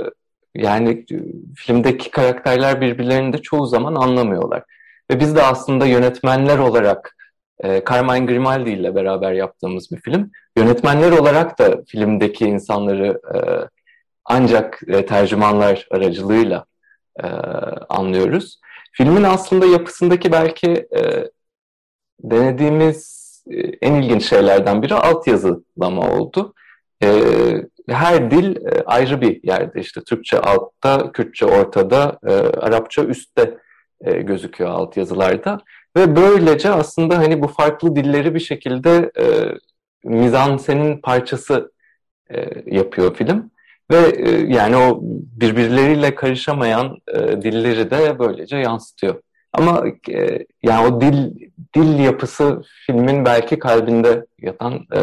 Speaker 6: yani filmdeki karakterler birbirlerini de çoğu zaman anlamıyorlar. Ve biz de aslında yönetmenler olarak e, Carmine Grimaldi ile beraber yaptığımız bir film. Yönetmenler olarak da filmdeki insanları e, ancak e, tercümanlar aracılığıyla e, anlıyoruz. Filmin aslında yapısındaki belki e, denediğimiz en ilginç şeylerden biri altyazılama oldu. Ee, her dil ayrı bir yerde. İşte Türkçe altta, Kürtçe ortada, e, Arapça üstte e, gözüküyor altyazılarda. Ve böylece aslında hani bu farklı dilleri bir şekilde e, mizansenin parçası e, yapıyor film. Ve e, yani o birbirleriyle karışamayan e, dilleri de böylece yansıtıyor. Ama e, yani o dil dil yapısı filmin belki kalbinde yatan e,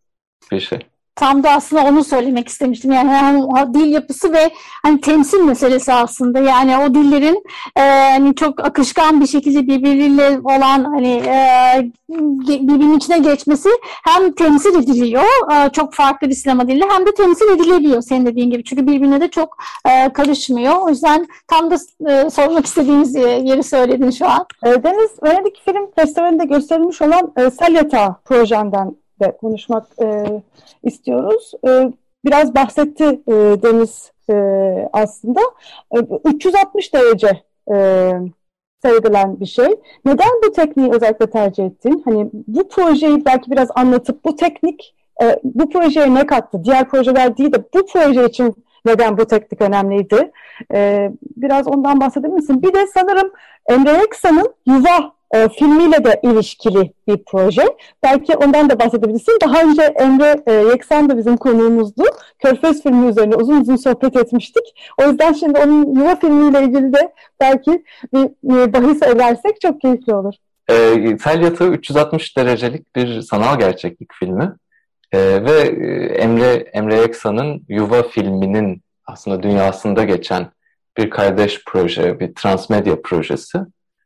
Speaker 6: bir şey.
Speaker 5: Tam da aslında onu söylemek istemiştim. Yani hem dil yapısı ve hani temsil meselesi aslında. Yani o dillerin e, hani çok akışkan bir şekilde birbiriyle olan hani e, birbirinin içine geçmesi hem temsil ediliyor, e, çok farklı bir sinema dili, hem de temsil edilebiliyor senin dediğin gibi. Çünkü birbirine de çok e, karışmıyor. O yüzden tam da e, sormak istediğiniz yeri söyledin şu an.
Speaker 7: E, Deniz, Venedik Film Festivali'nde gösterilmiş olan e, Sel Yatağı projenden de konuşmak e, istiyoruz. E, biraz bahsetti e, Deniz e, aslında. E, üç yüz altmış derece e, seyredilen bir şey. Neden bu tekniği özellikle tercih ettin? Hani bu projeyi belki biraz anlatıp bu teknik e, bu projeye ne kattı? Diğer projeler değil de bu proje için neden bu teknik önemliydi? E, biraz ondan bahsedebilir misin? Bir de sanırım Emre Yeksa'nın Yuva E, filmiyle de ilişkili bir proje. Belki ondan da bahsedebilirsin. Daha önce Emre e, Yeksan da bizim konuğumuzdu. Körfez filmi üzerine uzun uzun sohbet etmiştik. O yüzden şimdi onun Yuva filmiyle ilgili de belki bir e, bahis edersek çok keyifli olur.
Speaker 6: E, Sel Yatağı üç yüz altmış derecelik bir sanal gerçeklik filmi. E, ve e, Emre Emre Yeksa'nın Yuva filminin aslında dünyasında geçen bir kardeş proje, bir transmedya projesi.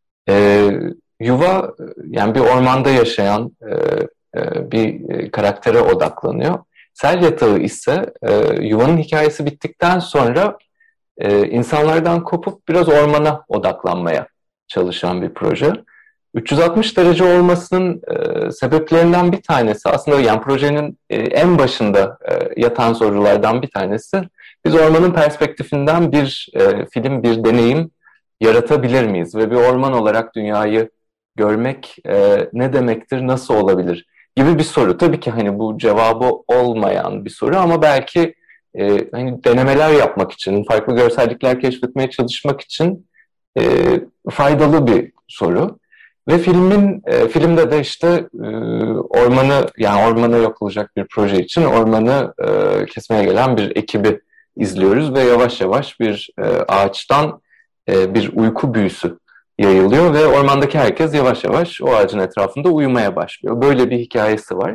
Speaker 6: E, Yuva yani bir ormanda yaşayan e, e, bir e, karaktere odaklanıyor. Sel Yatağı ise e, yuvanın hikayesi bittikten sonra e, insanlardan kopup biraz ormana odaklanmaya çalışan bir proje. üç yüz altmış derece olmasının e, sebeplerinden bir tanesi aslında yani projenin e, en başında e, yatan sorulardan bir tanesi. Biz ormanın perspektifinden bir e, film, bir deneyim yaratabilir miyiz? Ve bir orman olarak dünyayı görmek e, ne demektir, nasıl olabilir gibi bir soru. Tabii ki hani bu cevabı olmayan bir soru ama belki e, hani denemeler yapmak için, farklı görsellikler keşfetmeye çalışmak için e, faydalı bir soru. Ve filmin e, filmde de işte e, ormanı yani ormanı yok olacak bir proje için ormanı e, kesmeye gelen bir ekibi izliyoruz ve yavaş yavaş bir e, ağaçtan e, bir uyku büyüsü yayılıyor ve ormandaki herkes yavaş yavaş o ağacın etrafında uyumaya başlıyor. Böyle bir hikayesi var.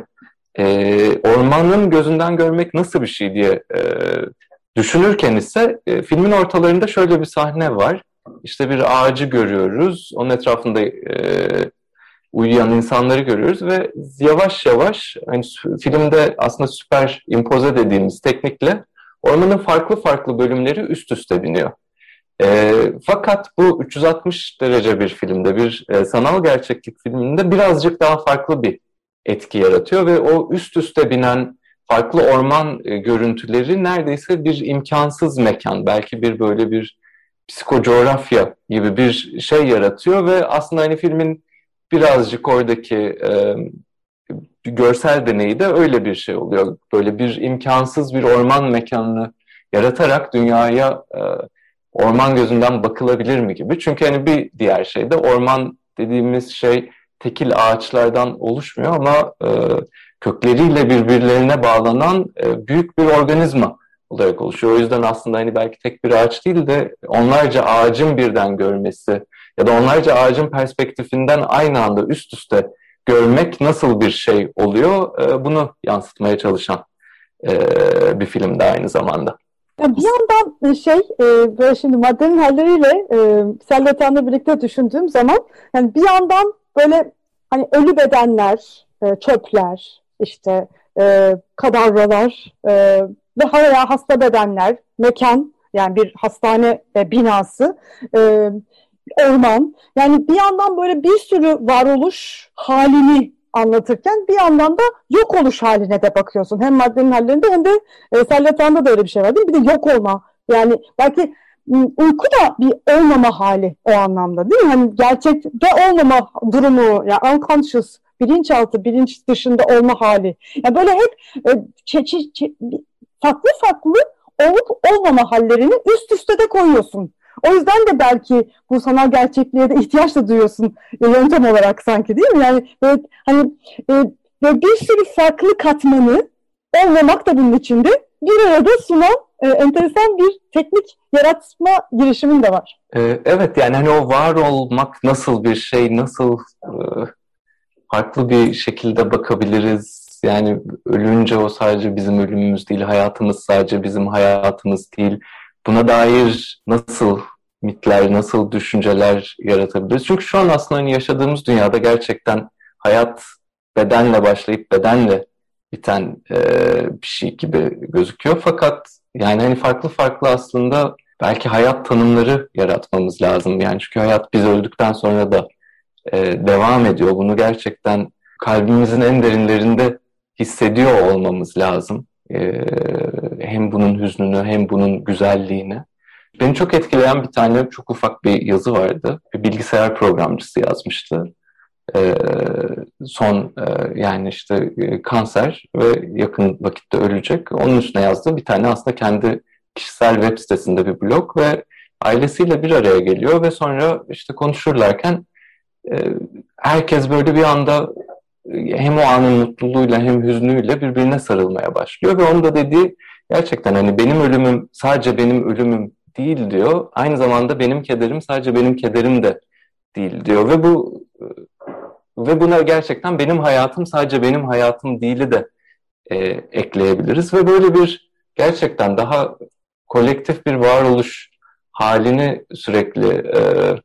Speaker 6: E, ormanın gözünden görmek nasıl bir şey diye e, düşünürken ise e, filmin ortalarında şöyle bir sahne var. İşte bir ağacı görüyoruz, onun etrafında e, uyuyan insanları görüyoruz ve yavaş yavaş hani filmde aslında süper impoze dediğimiz teknikle ormanın farklı farklı bölümleri üst üste biniyor. E, fakat bu üç yüz altmış derece bir filmde, bir e, sanal gerçeklik filminde birazcık daha farklı bir etki yaratıyor ve o üst üste binen farklı orman e, görüntüleri neredeyse bir imkansız mekan, belki bir böyle bir psikocoğrafya gibi bir şey yaratıyor ve aslında hani filmin birazcık oradaki e, görsel deneyi de öyle bir şey oluyor. Böyle bir imkansız bir orman mekanını yaratarak dünyaya e, orman gözünden bakılabilir mi gibi. Çünkü hani bir diğer şey de orman dediğimiz şey tekil ağaçlardan oluşmuyor ama e, kökleriyle birbirlerine bağlanan e, büyük bir organizma olarak oluşuyor. O yüzden aslında hani belki tek bir ağaç değil de onlarca ağacın birden görmesi ya da onlarca ağacın perspektifinden aynı anda üst üste görmek nasıl bir şey oluyor, bunu yansıtmaya çalışan bir film de aynı zamanda.
Speaker 7: Ya bir yandan şey, böyle şimdi maddenin halleriyle Selvet birlikte düşündüğüm zaman, yani bir yandan böyle hani ölü bedenler, çöpler, işte kadavralar ve hala hasta bedenler, mekan, yani bir hastane binası, orman. Yani bir yandan böyle bir sürü varoluş halini anlatırken bir yandan da yok oluş haline de bakıyorsun. Hem maddenin hallerinde hem de e, Selvet Ağa'nda da öyle bir şey var değil mi? Bir de yok olma. Yani belki uyku da bir olmama hali o anlamda değil mi? Hani gerçekte olmama durumu, yani unconscious, bilinçaltı, bilinç dışında olma hali. Yani böyle hep e, çe, çe, çe, farklı farklı olup olmama hallerini üst üste de koyuyorsun. O yüzden de belki bu sanal gerçekliğe de ihtiyaç da duyuyorsun e, yöntem olarak sanki değil mi? Yani böyle, hani e, böyle bir sürü farklı katmanı olmamak da bunun içinde bir arada sunan e, enteresan bir teknik yaratma girişimin de var.
Speaker 6: Ee, evet, yani hani o var olmak nasıl bir şey, nasıl e, farklı bir şekilde bakabiliriz? Yani ölünce o sadece bizim ölümümüz değil, hayatımız sadece bizim hayatımız değil. Buna dair nasıl mitler, nasıl düşünceler yaratabiliriz? Çünkü şu an aslında hani yaşadığımız dünyada gerçekten hayat bedenle başlayıp bedenle biten e, bir şey gibi gözüküyor. Fakat yani hani farklı farklı aslında belki hayat tanımları yaratmamız lazım. Yani çünkü hayat biz öldükten sonra da e, devam ediyor. Bunu gerçekten kalbimizin en derinlerinde hissediyor olmamız lazım. Ee, hem bunun hüznünü hem bunun güzelliğini. Beni çok etkileyen bir tane çok ufak bir yazı vardı. Bir bilgisayar programcısı yazmıştı. Ee, son e, yani işte e, kanser ve yakın vakitte ölecek. Onun üstüne yazdığı bir tane aslında kendi kişisel web sitesinde bir blog ve ailesiyle bir araya geliyor ve sonra işte konuşurlarken e, herkes böyle bir anda hem o anın mutluluğuyla hem hüznüyle birbirine sarılmaya başlıyor ve onun da dediği gerçekten hani benim ölümüm sadece benim ölümüm değil diyor. Aynı zamanda benim kederim sadece benim kederim de değil diyor ve bu ve buna gerçekten benim hayatım sadece benim hayatım değili de e, ekleyebiliriz ve böyle bir gerçekten daha kolektif bir varoluş halini sürekli e,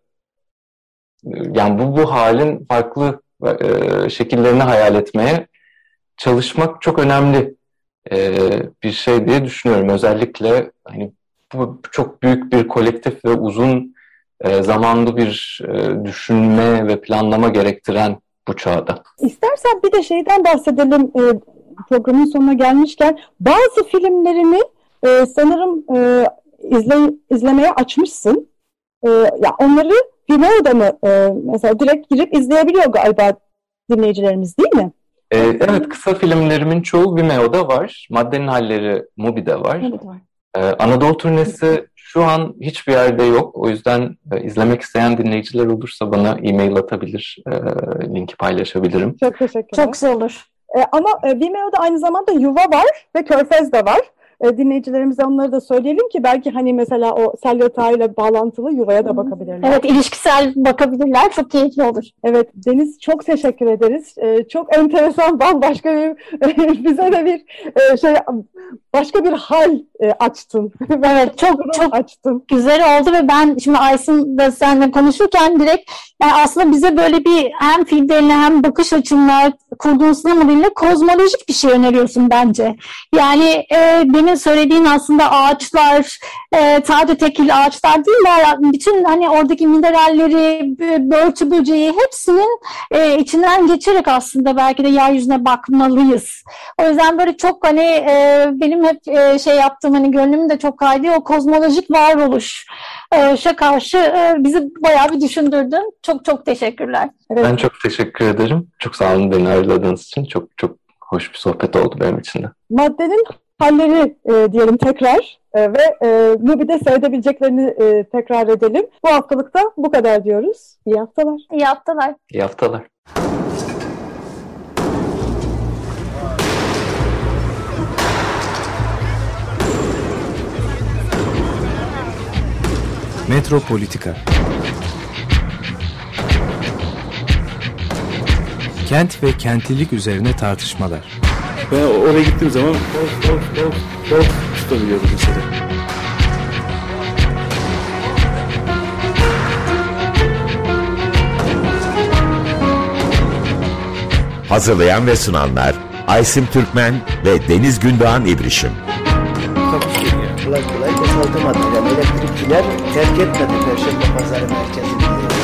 Speaker 6: yani bu bu halin farklı e, şekillerini hayal etmeye çalışmak çok önemli e, bir şey diye düşünüyorum. Özellikle hani bu çok büyük bir kolektif ve uzun e, zamanlı bir e, düşünme ve planlama gerektiren bu çağda.
Speaker 7: İstersen bir de şeyden bahsedelim, e, programın sonuna gelmişken. Bazı filmlerini e, sanırım e, izle, izlemeye açmışsın. E, ya onları Vimeo'da mı e, mesela direkt girip izleyebiliyor galiba dinleyicilerimiz değil mi?
Speaker 6: Ee, evet, kısa filmlerimin çoğu Vimeo'da var. Maddenin Halleri Mubi'de var.
Speaker 7: Evet, var.
Speaker 6: Ee, Anadolu turnesi şu an hiçbir yerde yok. O yüzden e, izlemek isteyen dinleyiciler olursa bana e-mail atabilir. E, linki paylaşabilirim.
Speaker 7: Çok teşekkürler.
Speaker 5: Çok güzel olur.
Speaker 7: E, ama e, Vimeo'da aynı zamanda Yuva var ve Körfez de var. E, dinleyicilerimize onları da söyleyelim ki belki hani mesela o Selvet Ağa ile bağlantılı Yuva'ya da bakabilirler.
Speaker 5: Evet, ilişkisel bakabilirler. Çok keyifli olur.
Speaker 7: Evet, Deniz çok teşekkür ederiz. E, çok enteresan, bambaşka bir bize de bir e, şey başka bir hal e, açtın.
Speaker 5: Evet, çok çok
Speaker 7: açtın.
Speaker 5: güzel oldu ve ben şimdi Aysin da seninle konuşurken direkt yani aslında bize böyle bir hem filmlerine hem bakış açınla kurduğun sinema diliyle kozmolojik bir şey öneriyorsun bence. Yani e, demin söylediğin aslında ağaçlar, e, sadece tekil ağaçlar değil de bütün hani oradaki mineralleri, börtü böceği hepsinin e, içinden geçerek aslında belki de yeryüzüne bakmalıyız. O yüzden böyle çok hani e, benim hep e, şey yaptığım hani gönlümün de çok kaydı o kozmolojik varoluş e, karşı e, bizi bayağı bir düşündürdün. Çok çok teşekkürler.
Speaker 7: Evet.
Speaker 6: Ben çok teşekkür ederim. Çok sağ olun beni ağırladığınız için. Çok çok hoş bir sohbet oldu benim için de.
Speaker 7: Maddenin halleri e, diyelim tekrar e, ve e, Mubi'de seyredebileceklerini e, tekrar edelim. Bu haftalıkta bu kadar diyoruz. İyi haftalar.
Speaker 5: İyi haftalar.
Speaker 6: İyi haftalar.
Speaker 1: Metropolitika. Kent ve kentlilik üzerine tartışmalar.
Speaker 2: Ben oraya gittiğim zaman balık balık balık balık tutabiliyordum mesela.
Speaker 3: Hazırlayan ve sunanlar Aysim Türkmen ve Deniz Gündoğan İbrişim.
Speaker 4: Takus geliyor. Kolay kolay boşaltamadı. Yani elektrikçiler terk etmedi Perşembe Pazarı merkezini.